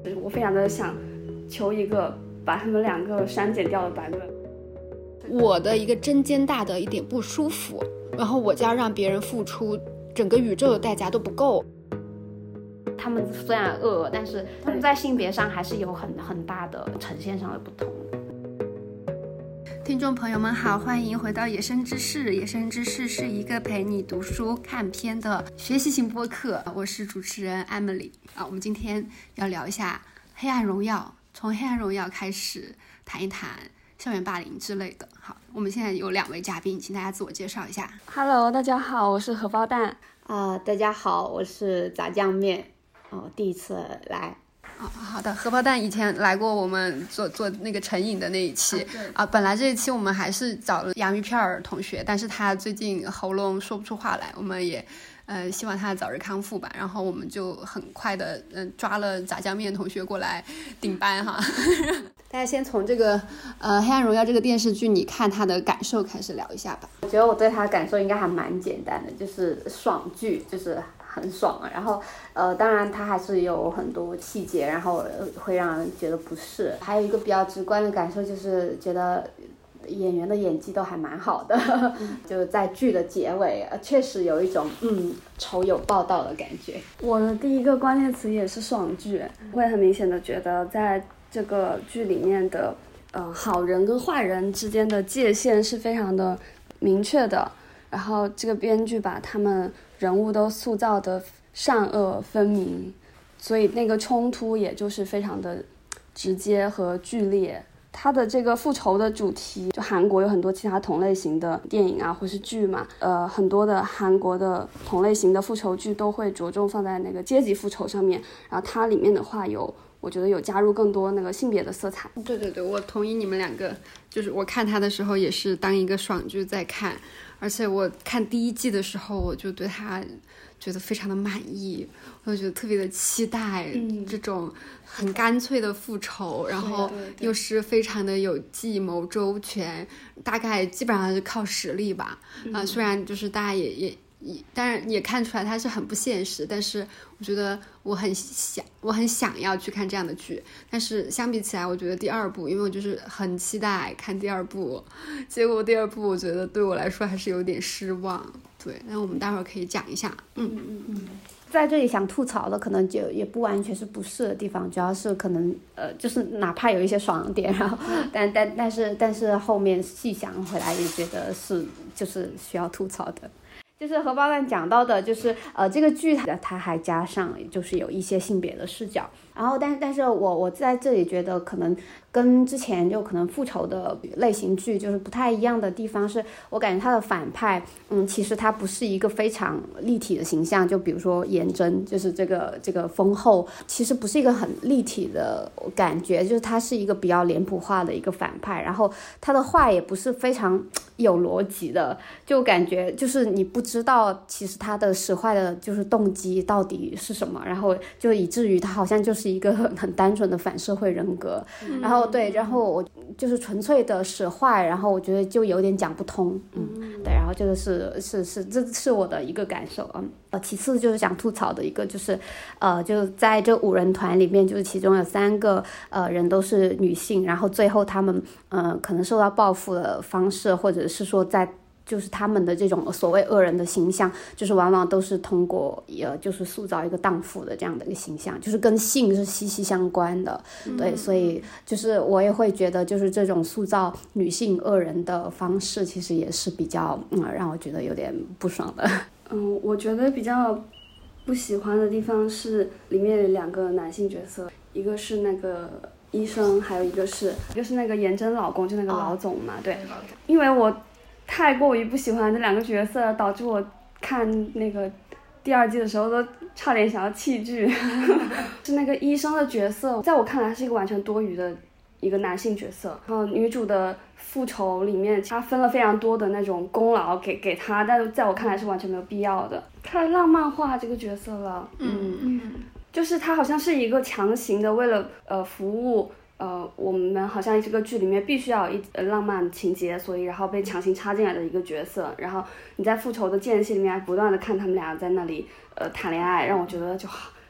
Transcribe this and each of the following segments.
我非常的想求一个把他们两个删减掉的版本。 我的一个针尖大的一点不舒服，然后我就要让别人付出整个宇宙的代价都不够。 他们虽然恶，但是他们在性别上还是有很大的呈现上的不同。 听众朋友们好，欢迎回到野生知识。野生知识是一个陪你读书看片的学习型播客，我是主持人 Emily 我们今天要聊一下黑暗荣耀，从黑暗荣耀开始谈一谈校园霸凌之类的。好，我们现在有2位嘉宾，请大家自我介绍一下。 Hello， 大家好，我是荷包蛋。 大家好，我是炸酱面。第一次来。 好的，荷包蛋以前来过我们做那个成瘾的那一期本来这一期我们还是找了洋芋片同学，但是他最近喉咙说不出话来，我们也希望他早日康复吧。然后我们就很快的抓了炸酱面同学过来顶班哈。大家先从这个黑暗荣耀这个电视剧你看他的感受开始聊一下吧。 我觉得我对他的感受应该还蛮简单的，就是爽剧，就是很爽然后当然它还是有很多细节，然后会让人觉得不适。还有一个比较直观的感受就是觉得演员的演技都还蛮好的就在剧的结尾确实有一种仇有报道的感觉。 我的第一个关键词也是爽剧，会很明显的觉得在这个剧里面的好人跟坏人之间的界限是非常的明确的，然后这个编剧把他们人物都塑造的善恶分明，所以那个冲突也就是非常的直接和剧烈。它的这个复仇的主题，就韩国有很多其他同类型的电影或是剧嘛，很多的韩国的同类型的复仇剧都会着重放在那个阶级复仇上面，然后它里面的话我觉得有加入更多那个性别的色彩。 对对对，我同意你们两个，就是我看它的时候也是当一个爽剧在看，而且我看第1季的时候我就对它觉得非常的满意，我就觉得特别的期待这种很干脆的复仇，然后又是非常的有计谋周全，大概基本上是靠实力吧。虽然就是大家也当然也看出来它是很不现实，但是我觉得我很想要去看这样的剧。但是相比起来，我觉得第2部，因为我就是很期待看第2部，结果第2部我觉得对我来说还是有点失望。对，那我们待会儿可以讲一下。 在这里想吐槽的可能就也不完全是不适的地方，主要是可能就是哪怕有一些爽点，然后但是后面细想回来也觉得是就是需要吐槽的。就是荷包蛋讲到的，就是这个剧它还加上就是有一些性别的视角，然后但是我在这里觉得可能跟之前就可能复仇的类型剧就是不太一样的地方是，我感觉他的反派其实他不是一个非常立体的形象，就比如说颜真，就是这个封后其实不是一个很立体的感觉，就是他是一个比较脸谱化的一个反派，然后他的话也不是非常有逻辑的，就感觉就是你不知道其实他的使坏的就是动机到底是什么，然后就以至于他好像就是一个很单纯的反社会人格，然后然后我就是纯粹的使坏，然后我觉得就有点讲不通。对，然后这个这是我的一个感受其次就是想吐槽的一个就是就在这5人团里面，就是其中有3个人都是女性，然后最后他们可能受到报复的方式，或者是说在就是他们的这种所谓恶人的形象，就是往往都是通过就是塑造一个荡妇的这样的一个形象，就是跟性是息息相关的。对，所以就是我也会觉得就是这种塑造女性恶人的方式其实也是比较让我觉得有点不爽的。 我觉得比较不喜欢的地方是里面2个男性角色，一个是那个医生，还有一个是那个颜真老公，就那个老总嘛。对，因为我太过于不喜欢这2个角色，导致我看那个第2季的时候都差点想要弃剧。是那个医生的角色，在我看来是一个完全多余的一个男性角色。然后女主的复仇里面，他分了非常多的那种功劳给他，但是在我看来是完全没有必要的。太浪漫化这个角色了。就是他好像是一个强行的为了服务我们好像这个剧里面必须要有浪漫情节，所以然后被强行插进来的一个角色，然后你在复仇的间隙里面还不断的看他们俩在那里谈恋爱，让我觉得就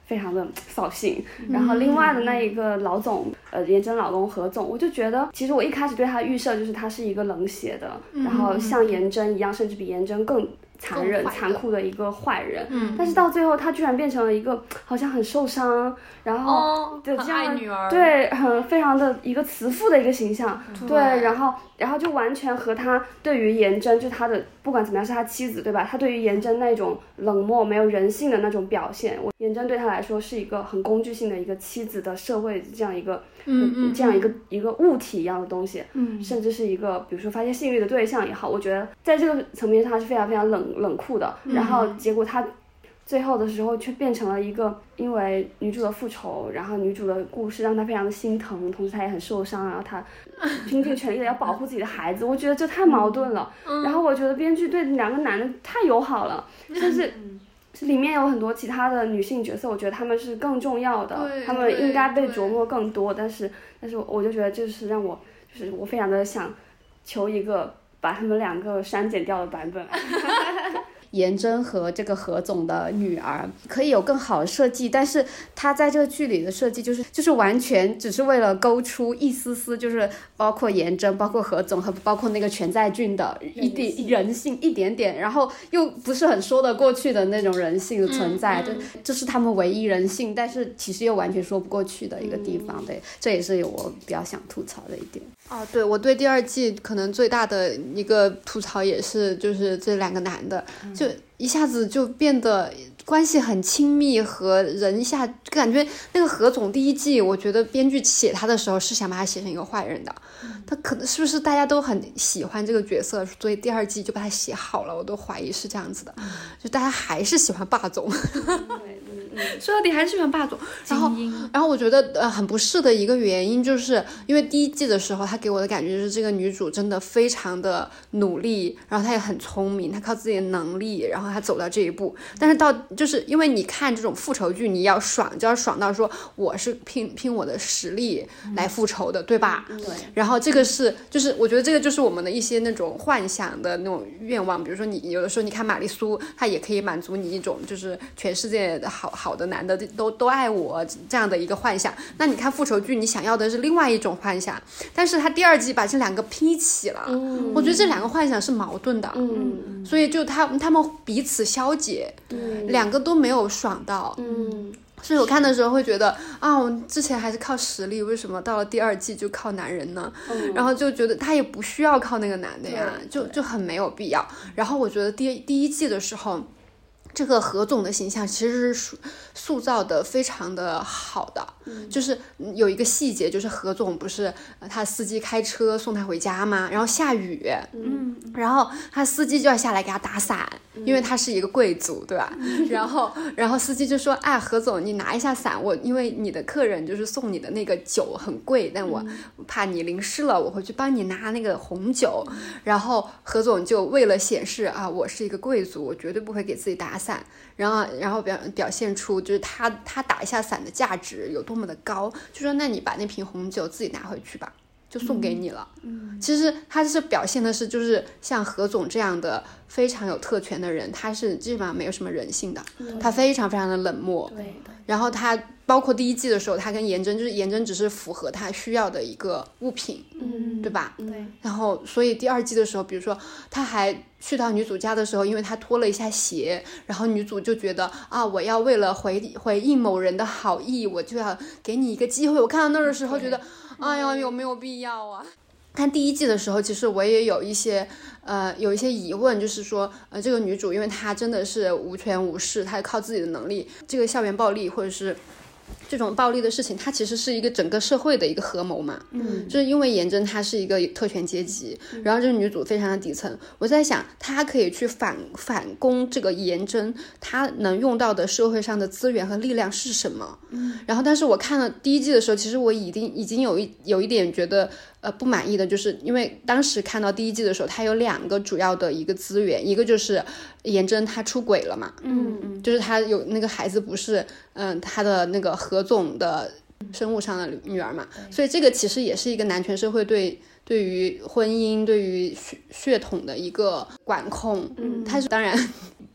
非常的扫兴。然后另外的那一个老总，颜真老公何总，我就觉得其实我一开始对他预设就是他是一个冷血的，然后像颜真一样，甚至比颜真更残忍残酷的一个坏人，但是到最后他居然变成了一个好像很受伤，然后对这样对非常的一个慈父的一个形象，对，然后就完全和他对于颜真，就他的不管怎么样是他妻子对吧，他对于颜真那种冷漠没有人性的那种表现，颜真对他来说是一个很工具性的一个妻子的社会这样一个这样一个物体一样的东西，甚至是一个比如说发泄性欲的对象也好，我觉得在这个层面上他是非常非常冷酷的，然后结果他最后的时候却变成了一个因为女主的复仇，然后女主的故事让他非常的心疼，同时他也很受伤，然后他拼尽全力的要保护自己的孩子，我觉得这太矛盾了，然后我觉得编剧对两个男的太友好了，甚至里面有很多其他的女性角色，我觉得她们是更重要的，她们应该被琢磨更多，但是我就觉得这是让我就是我非常的想求一个把他们两个删减掉的版本。 颜真和这个何总的女儿可以有更好的设计，但是她在这个剧里的设计就是完全只是为了勾出一丝丝，就是包括颜真包括何总和包括那个全在俊的一点人性一点点，然后又不是很说得过去的那种人性的存在，这是他们唯一人性，但是其实又完全说不过去的一个地方，对，这也是我比较想吐槽的一点。 对，我对第二季可能最大的一个吐槽也是就是这两个男的，就一下子就变得关系很亲密，和人一下感觉那个何总第一季我觉得编剧写他的时候是想把他写成一个坏人的，他可能是不是大家都很喜欢这个角色，所以第二季就把他写好了，我都怀疑是这样子的，就大家还是喜欢霸总。说到底还是喜欢霸总，然后我觉得很不适的一个原因就是因为第一季的时候他给我的感觉就是这个女主真的非常的努力，然后她也很聪明，她靠自己的能力然后她走到这一步，但是到就是因为你看这种复仇剧你要爽就要爽到说我是拼我的实力来复仇的，对吧？ 对。 然后这个是就是我觉得这个就是我们的一些那种幻想的那种愿望，比如说你有的时候你看玛丽苏她也可以满足你一种就是全世界的好的男的都爱我这样的一个幻想，那你看复仇剧你想要的是另外一种幻想，但是他第二季把这两个拼一起了，我觉得这两个幻想是矛盾的，所以就他们彼此消解，两个都没有爽到，所以我看的时候会觉得我之前还是靠实力，为什么到了第二季就靠男人呢？然后就觉得他也不需要靠那个男的呀，就很没有必要。然后我觉得第一季的时候这个何总的形象其实是塑造的非常的好的，就是有一个细节，就是何总不是他司机开车送他回家吗？然后下雨，然后他司机就要下来给他打伞，因为他是一个贵族，对吧？然后司机就说何总你拿一下伞，因为你的客人就是送你的那个酒很贵，但我怕你淋湿了，我会去帮你拿那个红酒。然后何总就为了显示我是一个贵族，我绝对不会给自己打伞，然后表现出就是他打一下伞的价值有多么的高，就说那你把那瓶红酒自己拿回去吧，就送给你了。其实他是表现的是就是像何总这样的非常有特权的人，他是基本上没有什么人性的，他非常非常的冷漠。然后他包括第一季的时候他跟颜真，就是颜真只是符合他需要的一个物品，对吧？ 对。 然后所以第二季的时候比如说他还去到女主家的时候，因为他脱了一下鞋，然后女主就觉得我要为了回应某人的好意，我就要给你一个机会。我看到那儿的时候觉得有没有必要啊？看第一季的时候其实我也有一些疑问，就是说这个女主因为她真的是无权无势，她靠自己的能力，这个校园暴力或者是这种暴力的事情它其实是一个整个社会的一个合谋嘛，就是因为颜真她是一个特权阶级，然后这个女主非常的底层，我在想她可以去反攻这个颜真，她能用到的社会上的资源和力量是什么？然后但是我看了第一季的时候，其实我已经有一点觉得不满意的，就是因为当时看到第一季的时候，它有两个主要的一个资源，一个就是颜真她出轨了嘛，就是她有那个孩子不是她的那个何总的生物上的女儿嘛，所以这个其实也是一个男权社会对于婚姻对于血统的一个管控，它是当然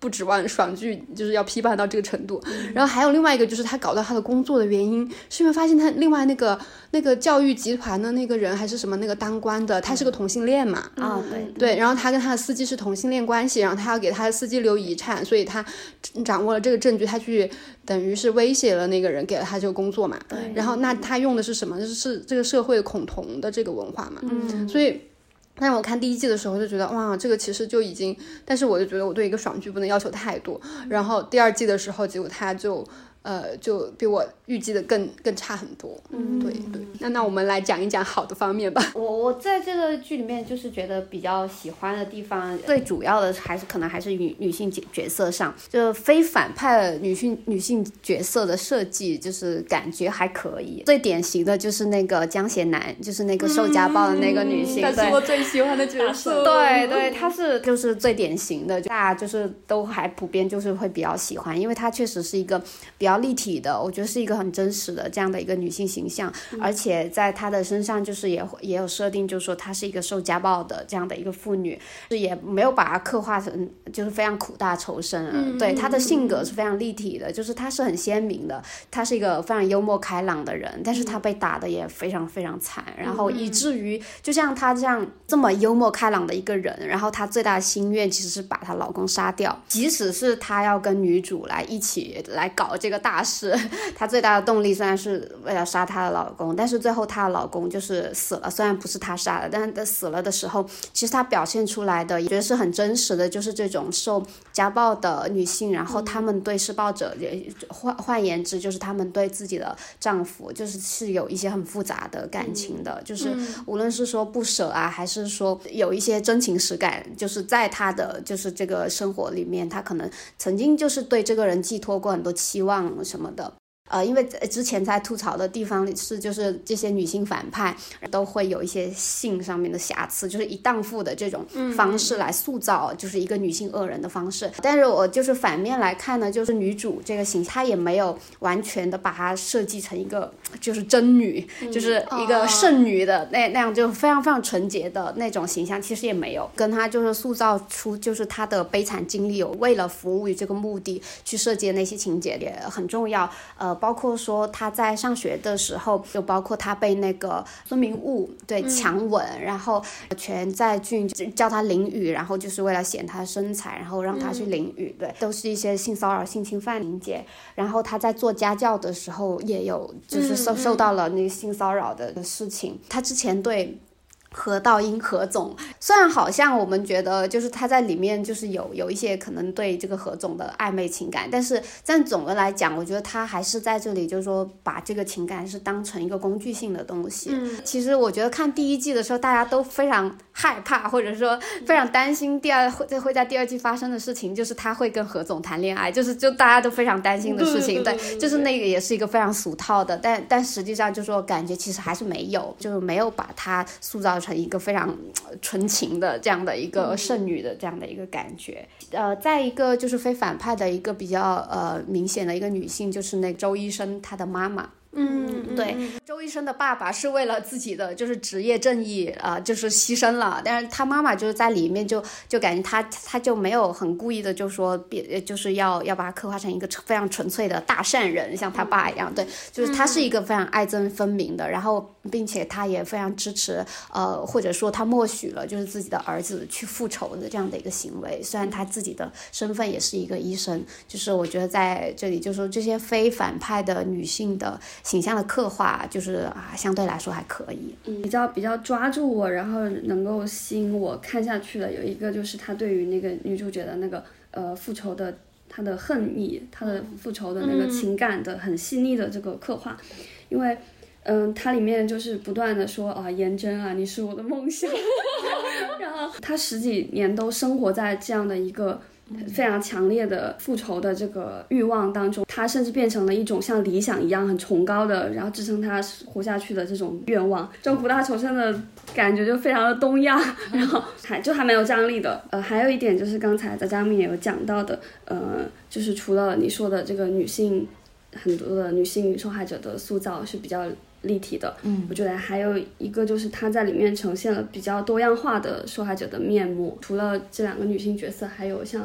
不指望爽剧就是要批判到这个程度。然后还有另外一个就是他搞到他的工作的原因，是因为发现他另外那个教育集团的那个人还是什么那个当官的，他是个同性恋嘛。对，然后他跟他的司机是同性恋关系，然后他要给他的司机留遗产，所以他掌握了这个证据，他去等于是威胁了那个人，给了他这个工作嘛。然后那他用的是什么？就是这个社会恐同的这个文化嘛。所以但是我看第一季的时候就觉得哇，这个其实就已经，但是我就觉得我对一个爽剧不能要求太多。然后第二季的时候，结果他就比我预计的更差很多。对。那我们来讲一讲好的方面吧。 我在这个剧里面就是觉得比较喜欢的地方，最主要的可能还是女性角色上，就非反派女性角色的设计，就是感觉还可以。最典型的就是那个江贤南，就是那个受家暴的那个女性， 她是我最喜欢的角色。 对，她是就是最典型的，大家就是都还普遍就是会比较喜欢，因为她确实是一个比较立体的，我觉得是一个很真实的这样的一个女性形象。而且在她的身上就是也有设定，就是说她是一个受家暴的这样的一个妇女，也没有把她刻画成就是非常苦大仇深。对，她的性格是非常立体的，就是她是很鲜明的，她是一个非常幽默开朗的人，但是她被打的也非常非常惨，然后以至于就像她这么幽默开朗的一个人，然后她最大的心愿其实是把她老公杀掉，即使是她要跟女主一起来搞这个大事，她最大的动力虽然是为了杀她的老公，但是最后她的老公就是死了，虽然不是她杀的，但是死了的时候，其实她表现出来的也觉得是很真实的，就是这种受家暴的女性，然后她们对施暴者，换言之就是她们对自己的丈夫是有一些很复杂的感情的，就是无论是说不舍啊，还是说有一些真情实感，就是在她的就是这个生活里面，她可能曾经就是对这个人寄托过很多期望什么的。因为之前在吐槽的地方是，就是这些女性反派都会有一些性上面的瑕疵，就是以荡妇的这种方式来塑造就是一个女性恶人的方式。但是我就是反面来看呢，就是女主这个形象，她也没有完全的把她设计成一个就是真女，就是一个圣女的那样就非常非常纯洁的那种形象，其实也没有跟她就是塑造出就是她的悲惨经历，有为了服务于这个目的去设计的那些情节也很重要。包括说他在上学的时候，就包括他被那个孙明悟强吻，然后全在俊叫他淋雨，然后就是为了显他的身材，然后让他去淋雨，对，都是一些性骚扰性侵犯情节。然后他在做家教的时候也有就是受到了那个性骚扰的事情。他之前对何道英何总，虽然好像我们觉得就是他在里面就是有一些可能对这个何总的暧昧情感，但总的来讲，我觉得他还是在这里就是说把这个情感是当成一个工具性的东西。其实我觉得看第一季的时候，大家都非常害怕，或者说非常担心会在第二季发生的事情，就是他会跟何总谈恋爱，就大家都非常担心的事情。对，就是那个也是一个非常俗套的，但实际上就是说感觉其实还是没有，就是没有把他塑造成一个非常纯情的这样的一个圣女的这样的一个感觉。再一个就是非反派的一个比较明显的一个女性，就是那周医生她的妈妈。对，周医生的爸爸是为了自己的就是职业正义就是牺牲了，但是他妈妈就是在里面就感觉他就没有很故意的就说就是要把他刻画成一个非常纯粹的大善人，像他爸一样。对，就是他是一个非常爱憎分明的，然后并且他也非常支持或者说他默许了就是自己的儿子去复仇的这样的一个行为，虽然他自己的身份也是一个医生。就是我觉得在这里就是说这些非反派的女性的形象的刻画就是相对来说还可以。 比较抓住我，然后能够吸引我看下去的有一个就是他对于那个女主角的那个复仇的他的恨意，他的复仇的那个情感的很细腻的这个刻画。因为它里面就是不断的说颜真你是我的梦想然后他10几年都生活在这样的一个非常强烈的复仇的这个欲望当中，他甚至变成了一种像理想一样很崇高的，然后支撑他活下去的这种愿望。这种苦大仇深的感觉就非常的东亚，然后还蛮有张力的。还有一点就是刚才在嘉宾也有讲到的，就是除了你说的这个很多的女性受害者的塑造是比较立体的，我觉得还有一个就是她在里面呈现了比较多样化的受害者的面目。除了这2个女性角色，还有像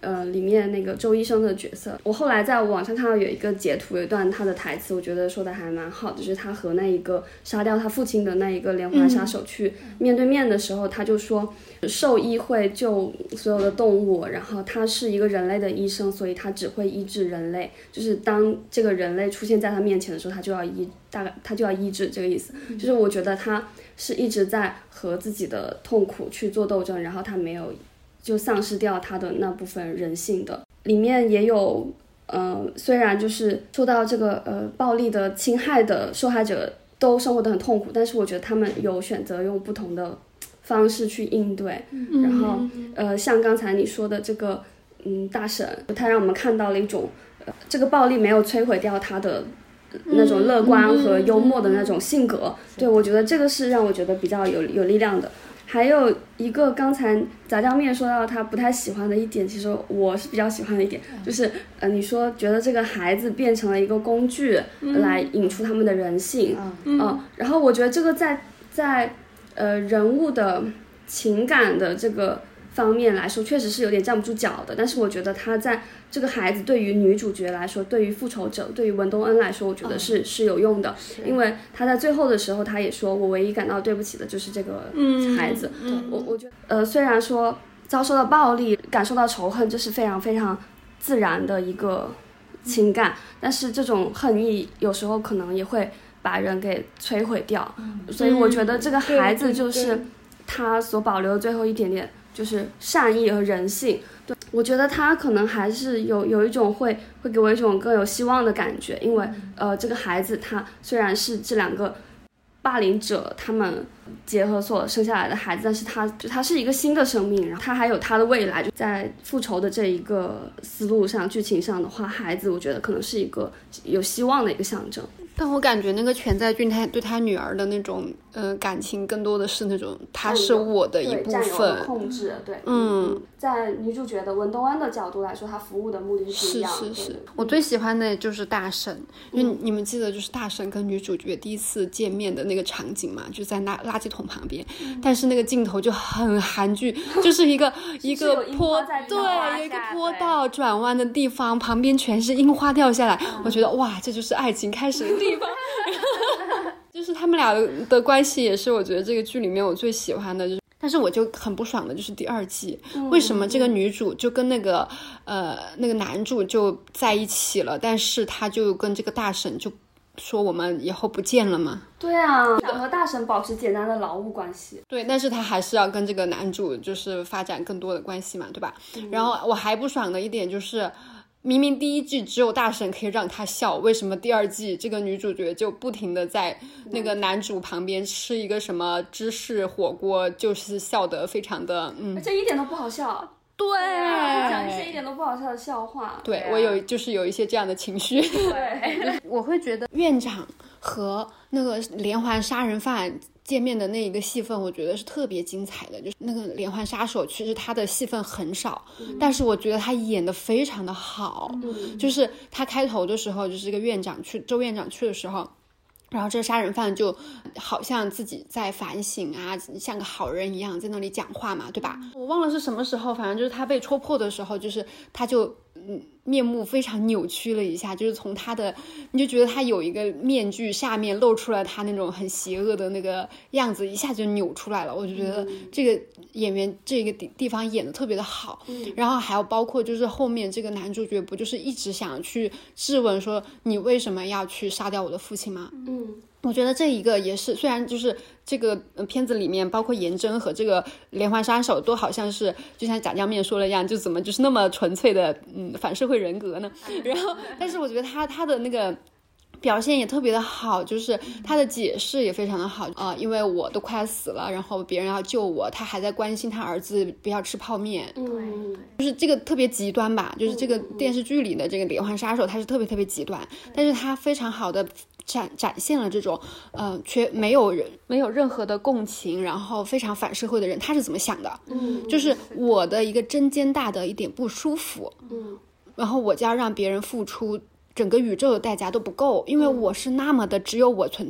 里面那个周医生的角色。我后来在网上看到有一个截图，有一段他的台词，我觉得说的还蛮好的，就是他和那一个杀掉他父亲的那一个连环杀手去面对面的时候，他就说兽医会救所有的动物，然后他是一个人类的医生，所以他只会医治人类，就是当这个人类出现在他面前的时候，他就要医治，这个意思。就是我觉得他是一直在和自己的痛苦去做斗争，然后他没有就丧失掉他的那部分人性的。里面也有虽然就是受到这个暴力的侵害的受害者都生活得很痛苦，但是我觉得他们有选择用不同的方式去应对。然后像刚才你说的这个大婶，他让我们看到了一种这个暴力没有摧毁掉他的那种乐观和幽默的那种性格。对，我觉得这个是让我觉得比较有力量的。还有一个刚才杂酱面说到他不太喜欢的一点，其实我是比较喜欢的一点，就是你说觉得这个孩子变成了一个工具来引出他们的人性。然后我觉得这个在人物的情感的这个方面来说确实是有点站不住脚的，但是我觉得他在这个孩子对于女主角来说，对于复仇者，对于文东恩来说，我觉得是有用的。因为他在最后的时候他也说，我唯一感到对不起的就是这个孩子。我觉得虽然说遭受到暴力感受到仇恨，这是非常非常自然的一个情感，但是这种恨意有时候可能也会把人给摧毁掉。所以我觉得这个孩子就是他所保留的最后一点点就是善意和人性。对，我觉得他可能还是有一种会给我一种更有希望的感觉。因为这个孩子他虽然是这两个霸凌者他们结合所生下来的孩子，但是他是一个新的生命，然后他还有他的未来。就在复仇的这一个思路上剧情上的话，孩子我觉得可能是一个有希望的一个象征。 但我感觉那个全在俊他对他女儿的那种感情更多的是那种他是我的一部分控制。对，在女主角的文东恩的角度来说，她服务的目的是不一样的。 是我最喜欢的就是大婶，因为你们记得就是大婶跟女主角第一次见面的那个场景嘛，就在垃圾桶旁边。但是那个镜头就很韩剧，就是一个坡，对，有一个坡道转弯的地方，旁边全是樱花掉下来。我觉得哇，这就是爱情开始的地方。就是他们俩的关系也是我觉得这个剧里面我最喜欢的。但是我就很不爽的就是第二季，为什么这个女主就跟那个男主就在一起了，但是他就跟这个大婶就说我们以后不见了吗？ 对啊，想和大婶保持简单的劳务关系。 对，但是他还是要跟这个男主就是发展更多的关系嘛，对吧？然后我还不爽的一点就是明明第一季只有大婶可以让他笑，为什么第二季这个女主角就不停的在那个男主旁边吃一个什么芝士火锅，就是笑得非常的而且一点都不好笑。 对， 讲一些一点都不好笑的笑话。 对，我有一些这样的情绪。 对， 我会觉得院长和那个连环杀人犯见面的那一个戏份，我觉得是特别精彩的。就是那个连环杀手其实他的戏份很少，但是我觉得他演得非常的好。就是他开头的时候，就是这个周院长去的时候，然后这个杀人犯就好像自己在反省啊，像个好人一样在那里讲话嘛，对吧？我忘了是什么时候，反正就是他被戳破的时候，就是他就面目非常扭曲了一下，就是从他的你就觉得他有一个面具下面露出了他那种很邪恶的那个样子，一下就扭出来了。我就觉得这个演员这个地方演得特别的好。然后还有包括就是后面这个男主角不就是一直想去质问说你为什么要去杀掉我的父亲吗？我觉得这一个也是，虽然就是这个片子里面包括颜真和这个连环杀手都好像是就像炸酱面说了一样，就怎么就是那么纯粹的反社会人格呢？然后但是我觉得他的那个表现也特别的好，就是他的解释也非常的好因为我都快死了，然后别人要救我，他还在关心他儿子不要吃泡面。就是这个特别极端吧，就是这个电视剧里的这个连环杀手他是特别特别极端，但是他非常好的展现了这种没有任何的共情，然后非常反社会的人他是怎么想的。就是我的一个针尖大的一点不舒服，然后我就要让别人付出整个宇宙的代价都不够，因为我是那么的只有我存在。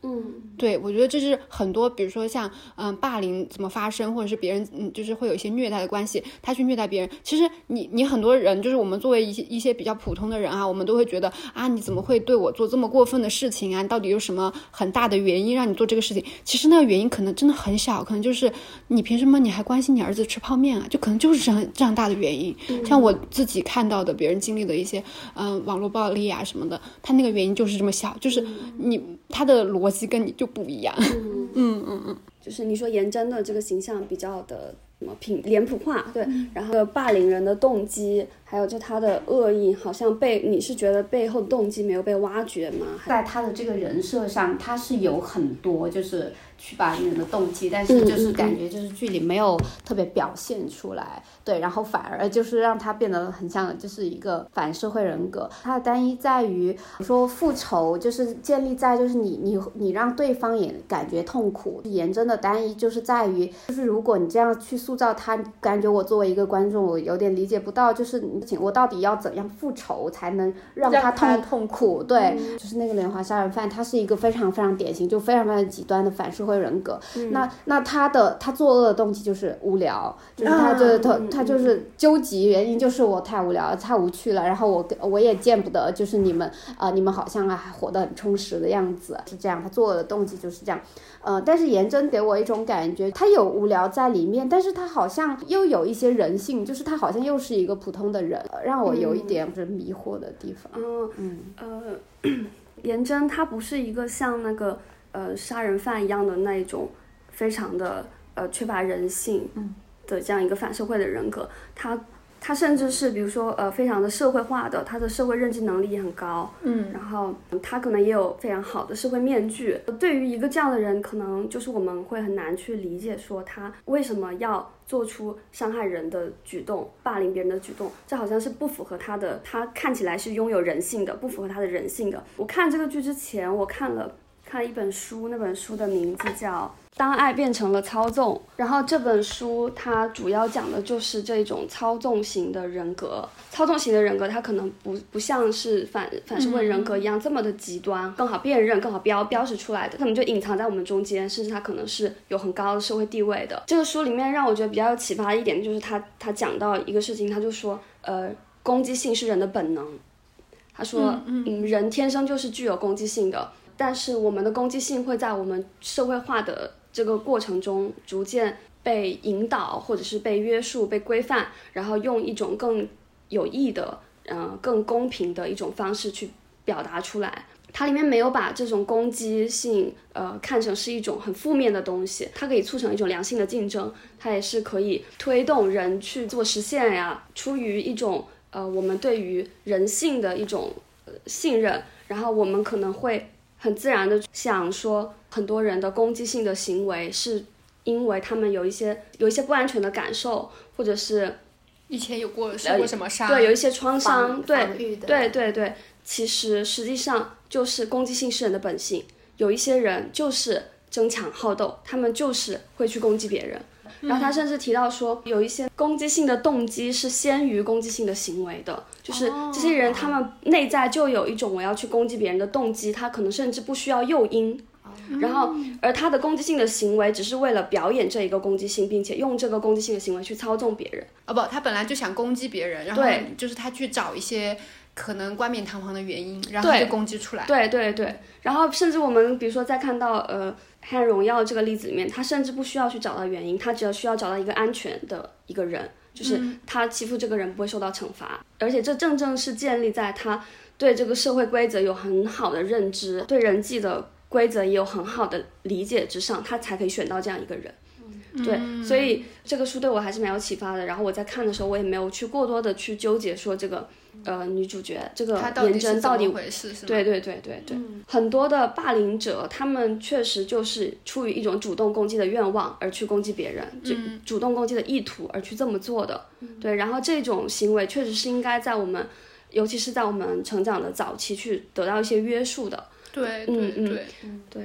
对，我觉得这是很多，比如说像霸凌怎么发生，或者是别人就是会有一些虐待的关系，他去虐待别人，其实你很多人就是我们作为一些比较普通的人啊，我们都会觉得啊，你怎么会对我做这么过分的事情啊？到底有什么很大的原因让你做这个事情？其实那个原因可能真的很小，可能就是你凭什么你还关心你儿子吃泡面啊？就可能就是这样大的原因。像我自己看到的别人经历的一些网络暴力啊什么的，他那个原因就是这么小，就是他的逻辑跟你就不一样。 就是你说颜真的这个形象比较的什么脸谱化，对，然后霸凌人的动机，还有就他的恶意，好像你是觉得背后的动机没有被挖掘吗？ 在他的这个人设上，他是有很多就是去霸凌人的动机，但是就是感觉就是剧里没有特别表现出来，对，然后反而就是让他变得很像就是一个反社会人格。他的单一在于说复仇就是建立在就是你让对方也感觉痛苦，颜真的单一就是在于就是如果你这样去塑造他，感觉我作为一个观众我有点理解不到，就是我到底要怎样复仇才能让他痛苦，对，就是那个连环杀人犯他是一个非常非常典型就非常非常极端的反社会人格，那他作恶的动机就是无聊，就是他就是究极原因就是我太无聊了太无趣了，然后我也见不得就是你们好像还活得很充实的样子，是这样，他作恶的动机就是这样。但是颜真给我一种感觉，他有无聊在里面，但是他好像又有一些人性，就是他好像又是一个普通的人，让我有一点就是迷惑的地方。 颜真他不是一个像那个杀人犯一样的那一种非常的缺乏人性的这样一个反社会的人格，他甚至是比如说非常的社会化的，他的社会认知能力也很高，然后他可能也有非常好的社会面具。对于一个这样的人，可能就是我们会很难去理解说他为什么要做出伤害人的举动，霸凌别人的举动，这好像是不符合他看起来是拥有人性的，不符合他的人性的。我看这个剧之前，我看了一本书，那本书的名字叫当爱变成了操纵，然后这本书它主要讲的就是这种操纵型的人格。操纵型的人格它可能不像是反社会人格一样这么的极端，更好辨认，更好标识出来的，可能就隐藏在我们中间，甚至它可能是有很高的社会地位的。这个书里面让我觉得比较有启发的一点就是他讲到一个事情，他就说攻击性是人的本能。他说人天生就是具有攻击性的，但是我们的攻击性会在我们社会化的这个过程中逐渐被引导，或者是被约束、被规范，然后用一种更有益的、更公平的一种方式去表达出来。它里面没有把这种攻击性看成是一种很负面的东西，它可以促成一种良性的竞争，它也是可以推动人去做实现呀，出于一种我们对于人性的一种信任，然后我们可能会很自然的想说，很多人的攻击性的行为是因为他们有一些不安全的感受，或者是以前受过什么伤， 对，有一些创伤， 对， 其实实际上就是攻击性是人的本性，有一些人就是争强好斗，他们就是会去攻击别人。然后他甚至提到说，有一些攻击性的动机是先于攻击性的行为的，就是这些人他们内在就有一种我要去攻击别人的动机，他可能甚至不需要诱因，然后而他的攻击性的行为只是为了表演这一个攻击性，并且用这个攻击性的行为去操纵别人。 他本来就想攻击别人，然后就是他去找一些可能冠冕堂皇的原因，然后就攻击出来。 对，然后甚至我们比如说在看到黑暗荣耀这个例子里面，他甚至不需要去找到原因，他只要需要找到一个安全的一个人，就是他欺负这个人不会受到惩罚，而且这正正是建立在他对这个社会规则有很好的认知，对人际的规则也有很好的理解之上，他才可以选到这样一个人。对，所以这个书对我还是蛮有启发的。然后我在看的时候，我也没有去过多的去纠结说这个女主角这个颜真到底回事，是吗？ 对，很多的霸凌者他们确实就是出于一种主动攻击的愿望而去攻击别人，主动攻击的意图而去这么做的。对，然后这种行为确实是应该在我们，尤其是在我们成长的早期去得到一些约束的。 对。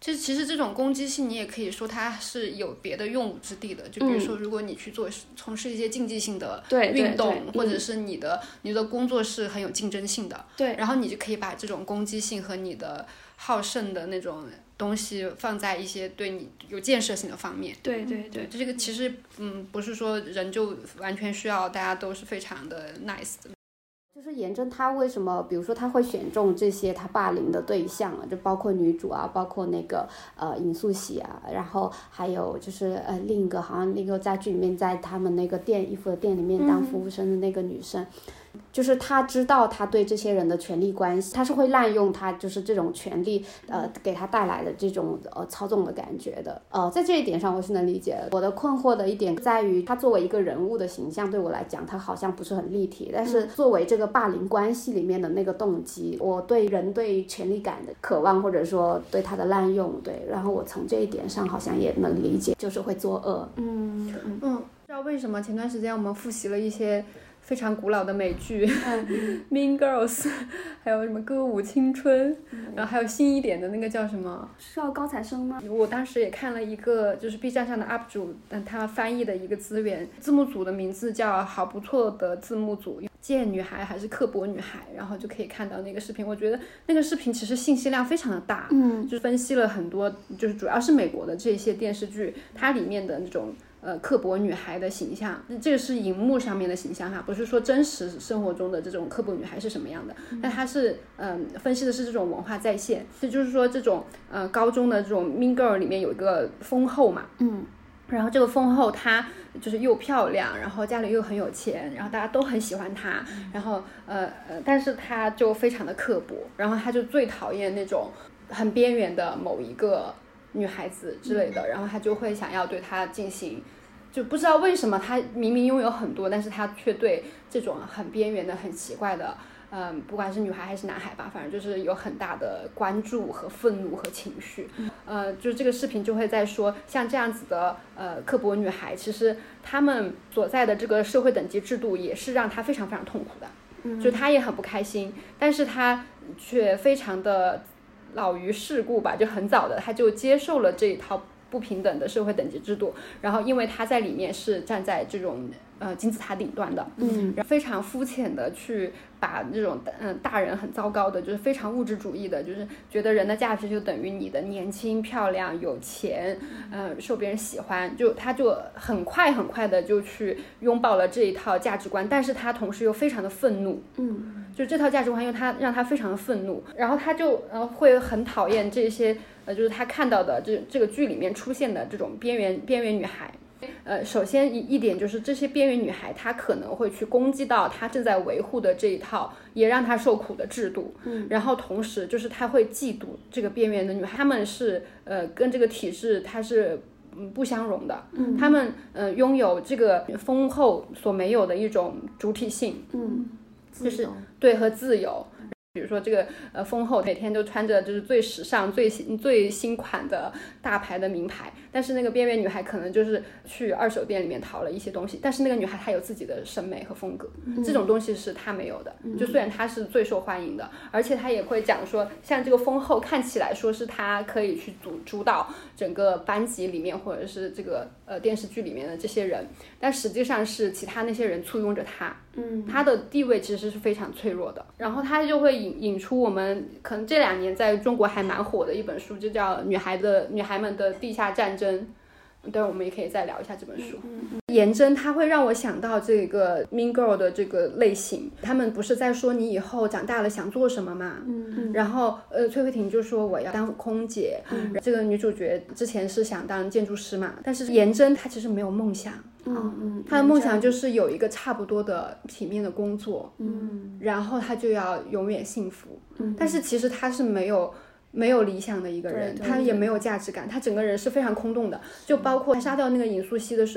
其实这种攻击性你也可以说它是有别的用武之地的，就比如说如果你去从事一些竞技性的运动，或者是你的工作是很有竞争性的， 对， 然后你就可以把这种攻击性和你的好胜的那种东西放在一些对你有建设性的方面。 对对对， 这个其实不是说人就完全需要大家都是非常的 nice 的。 就是颜真他为什么，比如说他会选中这些他霸凌的对象啊，就包括女主啊，包括那个尹素喜啊，然后还有就是另一个好像那个在剧里面在他们那个衣服的店里面当服务生的那个女生。就是他知道他对这些人的权力关系，他是会滥用他就是这种权力给他带来的这种操纵的感觉的。在这一点上我是能理解的。我的困惑的一点在于他作为一个人物的形象对我来讲他好像不是很立体，但是作为这个霸凌关系里面的那个动机，我对人对权力感的渴望或者说对他的滥用，对，然后我从这一点上好像也能理解，就是会作恶。 不知道为什么前段时间我们复习了一些非常古老的美剧Mean Girls 还有什么歌舞青春，然后还有新一点的那个叫什么是要高材生吗？ 我当时也看了一个就是 B 站上的 UP 主他翻译的一个资源，字幕组的名字叫好不错的字幕组，贱女孩还是刻薄女孩，然后就可以看到那个视频。我觉得那个视频其实信息量非常的大，就是分析了很多就是主要是美国的这些电视剧它里面的那种刻薄女孩的形象，这个是荧幕上面的形象哈，不是说真实生活中的这种刻薄女孩是什么样的，但它是分析的是这种文化再现。这就是说这种高中的这种 Mean Girl 里面有一个封后嘛，然后这个封后她就是又漂亮，然后家里又很有钱，然后大家都很喜欢她，然后但是她就非常的刻薄，然后她就最讨厌那种很边缘的某一个女孩子之类的，然后他就会想要对她进行，就不知道为什么他明明拥有很多，但是他却对这种很边缘的很奇怪的不管是女孩还是男孩吧，反正就是有很大的关注和愤怒和情绪。就是这个视频就会在说像这样子的刻薄女孩，其实他们所在的这个社会等级制度也是让她非常非常痛苦的，就她也很不开心，但是她却非常的老于世故吧，就很早的他就接受了这一套不平等的社会等级制度，然后因为他在里面是站在这种金字塔顶端的，然后非常肤浅的去把这种大人很糟糕的，就是非常物质主义的，就是觉得人的价值就等于你的年轻漂亮有钱受别人喜欢，就他就很快的就去拥抱了这一套价值观，但是他同时又非常的愤怒，就这套价值观因为他让他非常的愤怒，然后他就会很讨厌这些就是他看到的这个剧里面出现的这种边缘女孩。首先一点就是这些边缘女孩她可能会去攻击到她正在维护的这一套也让她受苦的制度，然后同时就是她会嫉妒这个边缘的女孩，她们是跟这个体制她是不相容的，她们拥有这个丰厚所没有的一种主体性，就是对和自由。比如说这个丰后每天都穿着就是最时尚最新款的大牌的名牌，但是那个边缘女孩可能就是去二手店里面淘了一些东西，但是那个女孩她有自己的审美和风格，这种东西是她没有的，就虽然她是最受欢迎的，而且她也会讲说像这个丰后看起来说是她可以去主导整个班级里面或者是这个电视剧里面的这些人，但实际上是其他那些人簇拥着她，她的地位其实是非常脆弱的。然后她就会引出我们可能这2年在中国还蛮火的一本书，就叫女孩们的地下战争，待会我们也可以再聊一下这本书。颜真她会让我想到这个 Mean Girl 的这个类型，他们不是在说你以后长大了想做什么嘛，然后崔慧婷就说我要当空姐，这个女主角之前是想当建筑师嘛，但是颜真她其实没有梦想，她的梦想就是有一个差不多的体面的工作，然后她就要永远幸福，但是其实她是没有理想的一个人，他也没有价值感，他整个人是非常空洞的，就包括他杀掉那个尹素汐的时候，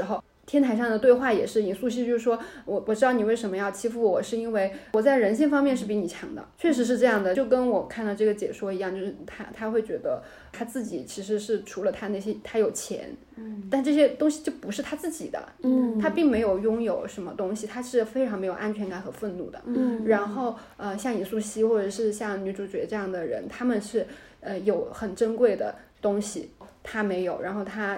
天台上的对话也是尹素汐就是说我知道你为什么要欺负我，是因为我在人性方面是比你强的，确实是这样的，就跟我看了这个解说一样，就是他会觉得他自己其实是除了他那些他有钱，但这些东西就不是他自己的，他并没有拥有什么东西，他是非常没有安全感和愤怒的，然后像尹素汐或者是像女主角这样的人，他们是有很珍贵的东西，他没有，然后他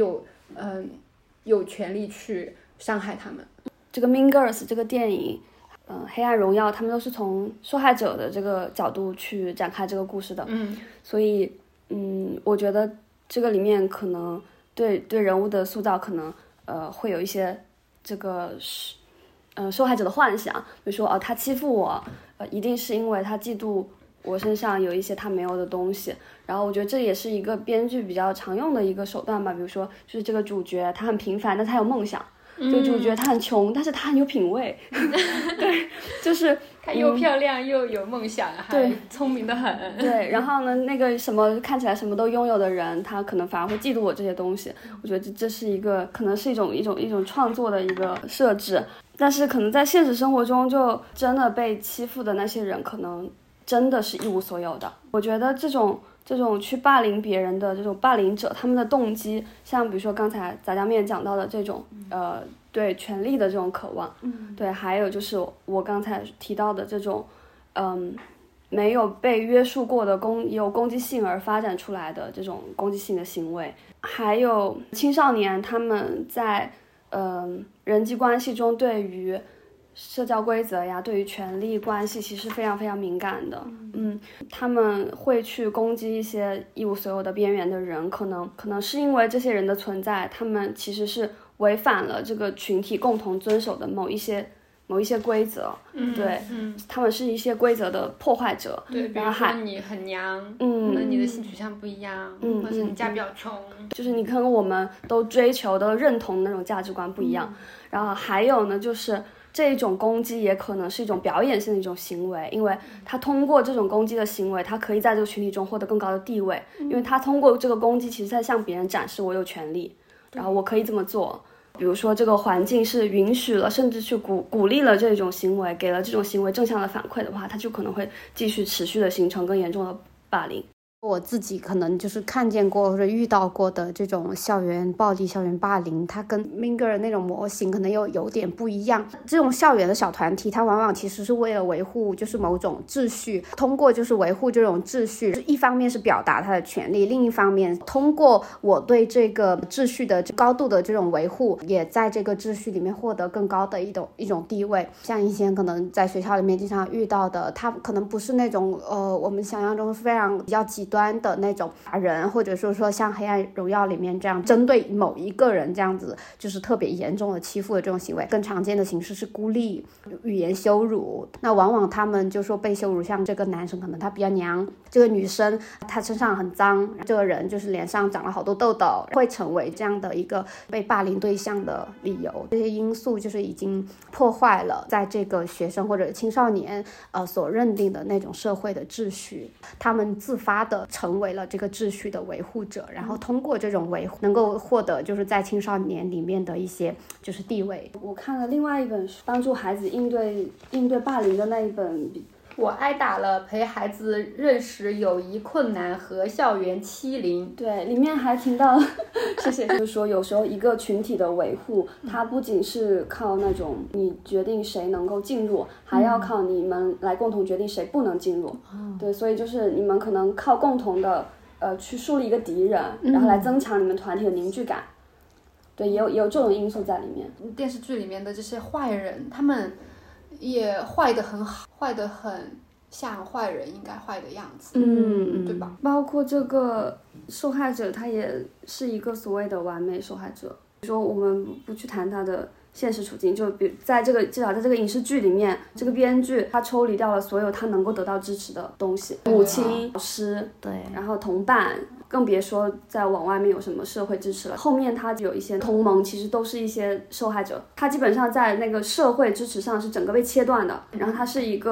有权利去伤害他们。 这个 Mean Girls 这个电影，黑暗荣耀，他们都是从受害者的这个角度去展开这个故事的。所以我觉得这个里面可能对人物的塑造可能会有一些这个受害者的幻想，比如说他欺负我，一定是因为他嫉妒我身上有一些他没有的东西。然后我觉得这也是一个编剧比较常用的一个手段吧，比如说就是这个主角他很平凡，但他有梦想，这个主角他很穷，但是他很有品味对，就是他又漂亮又有梦想，还聪明的很。 对，然后呢，那个什么看起来什么都拥有的人，他可能反而会嫉妒我这些东西。我觉得这是一个可能是一种创作的一个设置，但是可能在现实生活中，就真的被欺负的那些人，可能真的是一无所有的。我觉得这种去霸凌别人的这种霸凌者，他们的动机，像比如说刚才杂酱面讲到的这种对权力的这种渴望，对，还有就是我刚才提到的这种没有被约束过的有攻击性而发展出来的这种攻击性的行为，还有青少年他们在人际关系中对于社交规则呀，对于权力关系其实非常非常敏感的。他们会去攻击一些一无所有的边缘的人，可能是因为这些人的存在，他们其实是违反了这个群体共同遵守的某一些规则。对，他们是一些规则的破坏者。 对，比如说你很娘，那你的性取向不一样，或者你家比较穷， 就是你跟我们都追求的认同那种价值观不一样。然后还有呢，就是这种攻击也可能是一种表演性的一种行为，因为他通过这种攻击的行为，他可以在这个群体中获得更高的地位，因为他通过这个攻击其实在向别人展示我有权利，然后我可以这么做。比如说这个环境是允许了甚至去鼓励了这种行为，给了这种行为正向的反馈的话，它就可能会继续持续的形成更严重的霸凌。 我自己可能就是看见过或者遇到过的这种校园暴力、校园霸凌，它跟 Mean Girl 那种模型可能有点不一样。这种校园的小团体，它往往其实是为了维护就是某种秩序，通过就是维护这种秩序，一方面是表达他的权利，另一方面通过我对这个秩序的高度的这种维护，也在这个秩序里面获得更高的一种地位。像一些可能在学校里面经常遇到的，他可能不是那种我们想象中非常比较极端的那种打人，或者说像黑暗荣耀里面这样针对某一个人这样子就是特别严重的欺负的这种行为，更常见的形式是孤立、语言羞辱。那往往他们就说被羞辱，像这个男生可能他比较娘，这个女生她身上很脏，这个人就是脸上长了好多痘痘，会成为这样的一个被霸凌对象的理由。这些因素就是已经破坏了在这个学生或者青少年所认定的那种社会的秩序，他们自发的成为了这个秩序的维护者，然后通过这种维护能够获得就是在青少年里面的一些就是地位。 我看了另外一本书，帮助孩子应对霸凌的那一本， 我挨打了，陪孩子认识友谊困难和校园欺凌。 对，里面还听到谢谢，就是说有时候一个群体的维护，它不仅是靠那种你决定谁能够进入，还要靠你们来共同决定谁不能进入。对，所以就是你们可能靠共同的去树立一个敌人，然后来增强你们团体的凝聚感。对，也有这种因素在里面。 电视剧里面的这些坏人，他们也坏得很好，坏得很像坏人应该坏的样子，对吧？ 包括这个受害者，他也是一个所谓的完美受害者。比如说，我们不去谈他的现实处境，就比在这个至少在这个影视剧里面，这个编剧他抽离掉了所有他能够得到支持的东西，母亲、老师， 对， 然后同伴。更别说在往外面有什么社会支持了。后面他有一些同盟，其实都是一些受害者。他基本上在那个社会支持上是整个被切断的。然后他是一个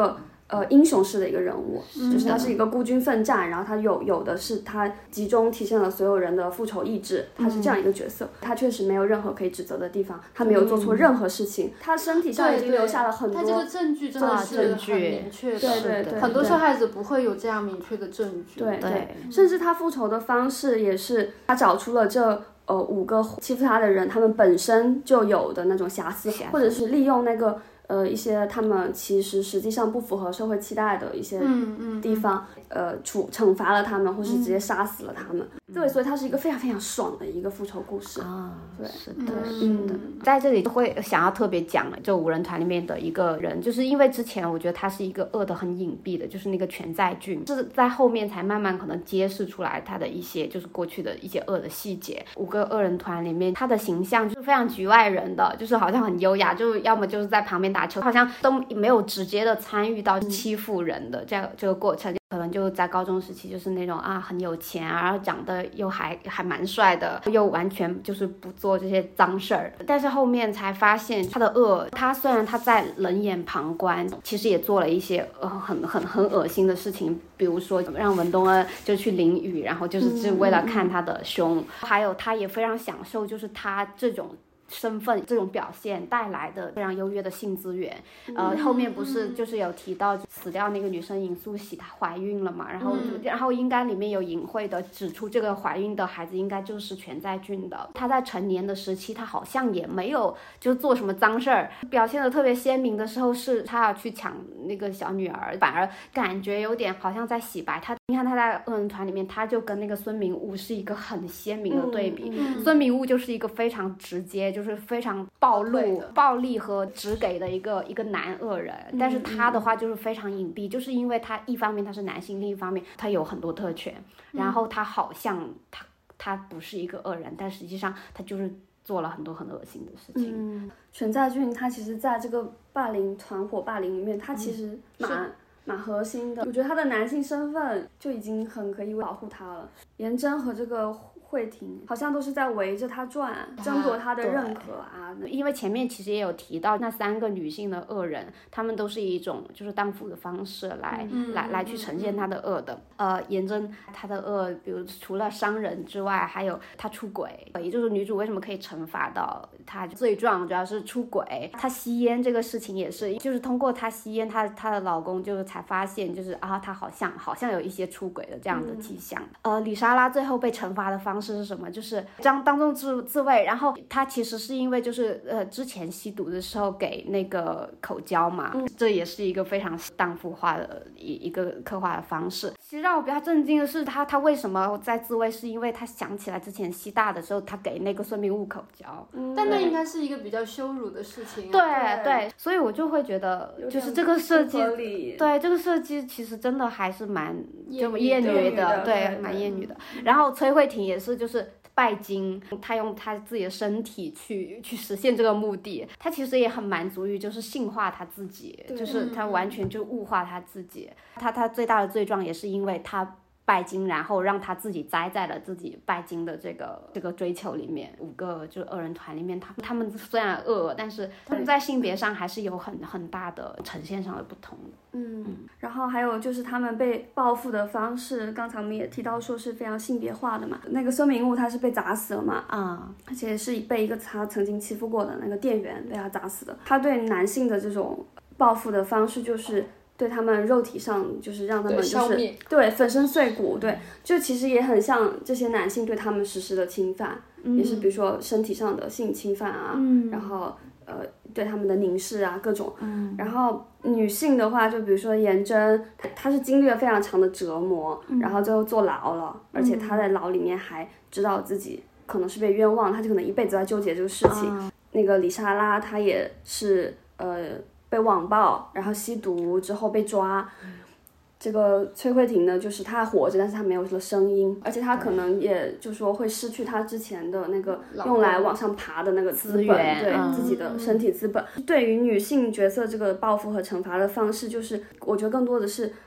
英雄式的一个人物，就是他是一个孤军奋战，然后他有的是他集中体现了所有人的复仇意志，他是这样一个角色。他确实没有任何可以指责的地方，他没有做错任何事情，他身体上已经留下了很多。 他这个证据真的是很明确的， 对， 很多受害者不会有这样明确的证据。 对，甚至他复仇的方式也是他找出了这5个欺负他的人他们本身就有的那种瑕疵，或者是利用那个一些他们其实实际上不符合社会期待的一些地方，惩罚了他们，或是直接杀死了他们。对，所以它是一个非常非常爽的一个复仇故事啊。 对， 是的，在这里会想要特别讲就5人团里面的一个人，就是因为之前我觉得他是一个恶的很隐蔽的，就是那个全在俊，是在后面才慢慢可能揭示出来他的一些就是过去的一些恶的细节。5个2人团里面，他的形象就是非常局外人的，就是好像很优雅，就要么就是在旁边打球，好像都没有直接的参与到欺负人的这个过程。可能就在高中时期就是那种很有钱然后长得又还蛮帅的，又完全就是不做这些脏事儿。但是后面才发现他的恶，他虽然他在冷眼旁观，其实也做了一些很恶心的事情，比如说让文东恩就去淋雨，然后就是为了看他的胸，还有他也非常享受就是他这种身份这种表现带来的非常优越的性资源。后面不是就是有提到死掉那个女生尹素喜她怀孕了嘛，然后应该里面有隐晦的指出这个怀孕的孩子应该就是全在俊的。他在成年的时期他好像也没有就做什么脏事儿，表现的特别鲜明的时候是他要去抢那个小女儿，反而感觉有点好像在洗白他。你看他在2人团里面他就跟那个孙明悟是一个很鲜明的对比。孙明悟就是一个非常直接就是非常暴力和直给的一个男恶人，但是他的话就是非常隐蔽，就是因为他一方面他是男性，另一方面他有很多特权，然后他好像他不是一个恶人，但实际上他就是做了很多很恶心的事情。 全在俊他其实在这个团伙霸凌里面，他其实蛮核心的。我觉得他的男性身份就已经很可以保护他了。颜真和这个慧婷好像都是在围着他转，争夺他的认可因为前面其实也有提到那3个女性的恶人，她们都是以一种就是荡妇的方式来去呈现她的恶的。颜真她的恶，比如除了伤人之外，还有她出轨，也就是女主为什么可以惩罚到她罪状，主要是出轨。她吸烟这个事情也是，就是通过她吸烟，她的老公就是才发现，就是她好像有一些出轨的这样的迹象。李莎拉最后被惩罚的方式是什么？就是当众自卫，然后她其实是因为就是之前吸毒的时候给那个口交嘛，这也是一个非常荡妇化的一个刻画的方式。其实让我比较震惊的是他为什么在自卫，是因为他想起来之前吸大的时候他给那个孙明悟口交， 但那应该是一个比较羞辱的事情对，所以我就会觉得就是这个设计，对这个设计其实真的还是蛮厌女的，对，蛮厌女的。然后崔慧婷也是就是拜金，他用他自己的身体去实现这个目的，他其实也很满足于就是性化他自己，就是他完全就物化他自己。他最大的罪状也是因为他拜金，然后让他自己栽在了自己拜金的这个追求里面。5个就是2人团里面，他们虽然恶，但是他们在性别上还是有很大的呈现上的不同的。 然后还有就是他们被报复的方式，刚才我们也提到说是非常性别化的嘛。那个孙明悟他是被砸死了嘛，而且是被一个他曾经欺负过的那个店员被他砸死的。他对男性的这种报复的方式就是对他们肉体上就是让他们就是对粉身碎骨，对，就其实也很像这些男性对他们实施的侵犯，也是比如说身体上的性侵犯然后对他们的凝视各种。然后女性的话，就比如说颜真，她是经历了非常长的折磨，然后最后坐牢了，而且她在牢里面还知道自己可能是被冤枉，她就可能一辈子在纠结这个事情。那个李莎拉她也是被网暴，然后吸毒之后被抓。这个崔慧婷呢，就是她活着，但是她没有了声音，而且她可能也就是说会失去她之前的那个用来往上爬的那个资本，对自己的身体资本。对于女性角色这个报复和惩罚的方式，就是我觉得更多的是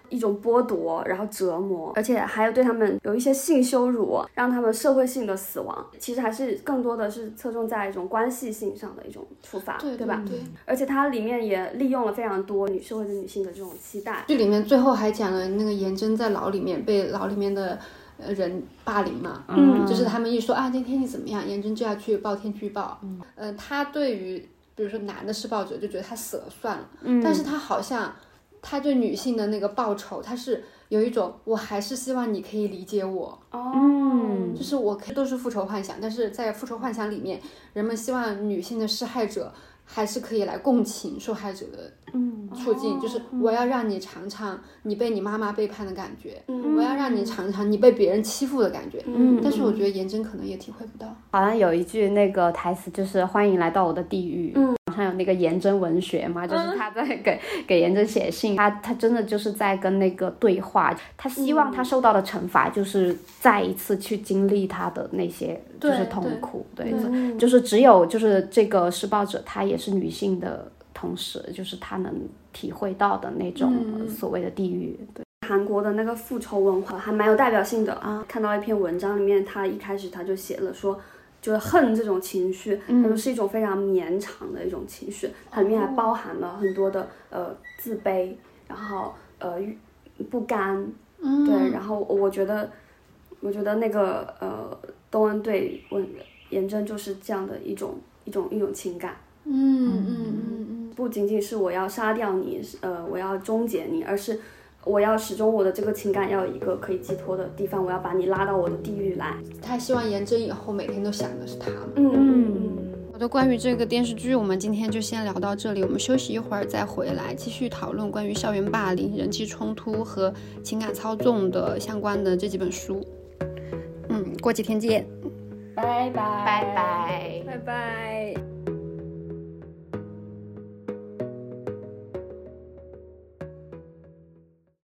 一种剥夺，然后折磨，而且还有对他们有一些性羞辱，让他们社会性的死亡。其实还是更多的是侧重在一种关系性上的一种处罚，对吧？ 对。 而且它里面也利用了非常多社会的女性的这种期待。 剧里面最后还讲了那个颜真在牢里面被牢里面的人霸凌嘛，就是他们一说啊今天你怎么样，颜真就要去报天气预报，他对于比如说男的施暴者就觉得他死了算了，但是他好像他对女性的那个报仇，他是有一种我还是希望你可以理解我，就是我可以都是复仇幻想，但是在复仇幻想里面，人们希望女性的施害者还是可以来共情受害者的处境，就是我要让你尝尝你被你妈妈背叛的感觉，我要让你尝尝你被别人欺负的感觉，但是我觉得颜真可能也体会不到。 好像有一句那个台词就是欢迎来到我的地狱，好像有那个颜真文学嘛，就是他在给颜真写信，他真的就是在跟那个对话，他希望他受到的惩罚就是再一次去经历他的那些就是痛苦，对，就是只有就是这个施暴者他也是女性的同时，就是他能体会到的那种所谓的地狱。对， 韩国的那个复仇文化还蛮有代表性的啊。看到一篇文章里面，他一开始他就写了说，就是恨这种情绪，他说是一种非常绵长的一种情绪，它里面还包含了很多的自卑，然后不甘，对，然后我觉得那个东恩对颜真就是这样的一种情感。不仅仅是我要杀掉你，我要终结你，而是我要始终我的这个情感要有一个可以寄托的地方，我要把你拉到我的地狱来。 他希望颜真以后每天都想的是他。好的，关于这个电视剧，我们今天就先聊到这里，我们休息一会儿再回来继续讨论关于校园霸凌、人际冲突和情感操纵的相关的这几本书。过几天见， 拜拜， 拜拜。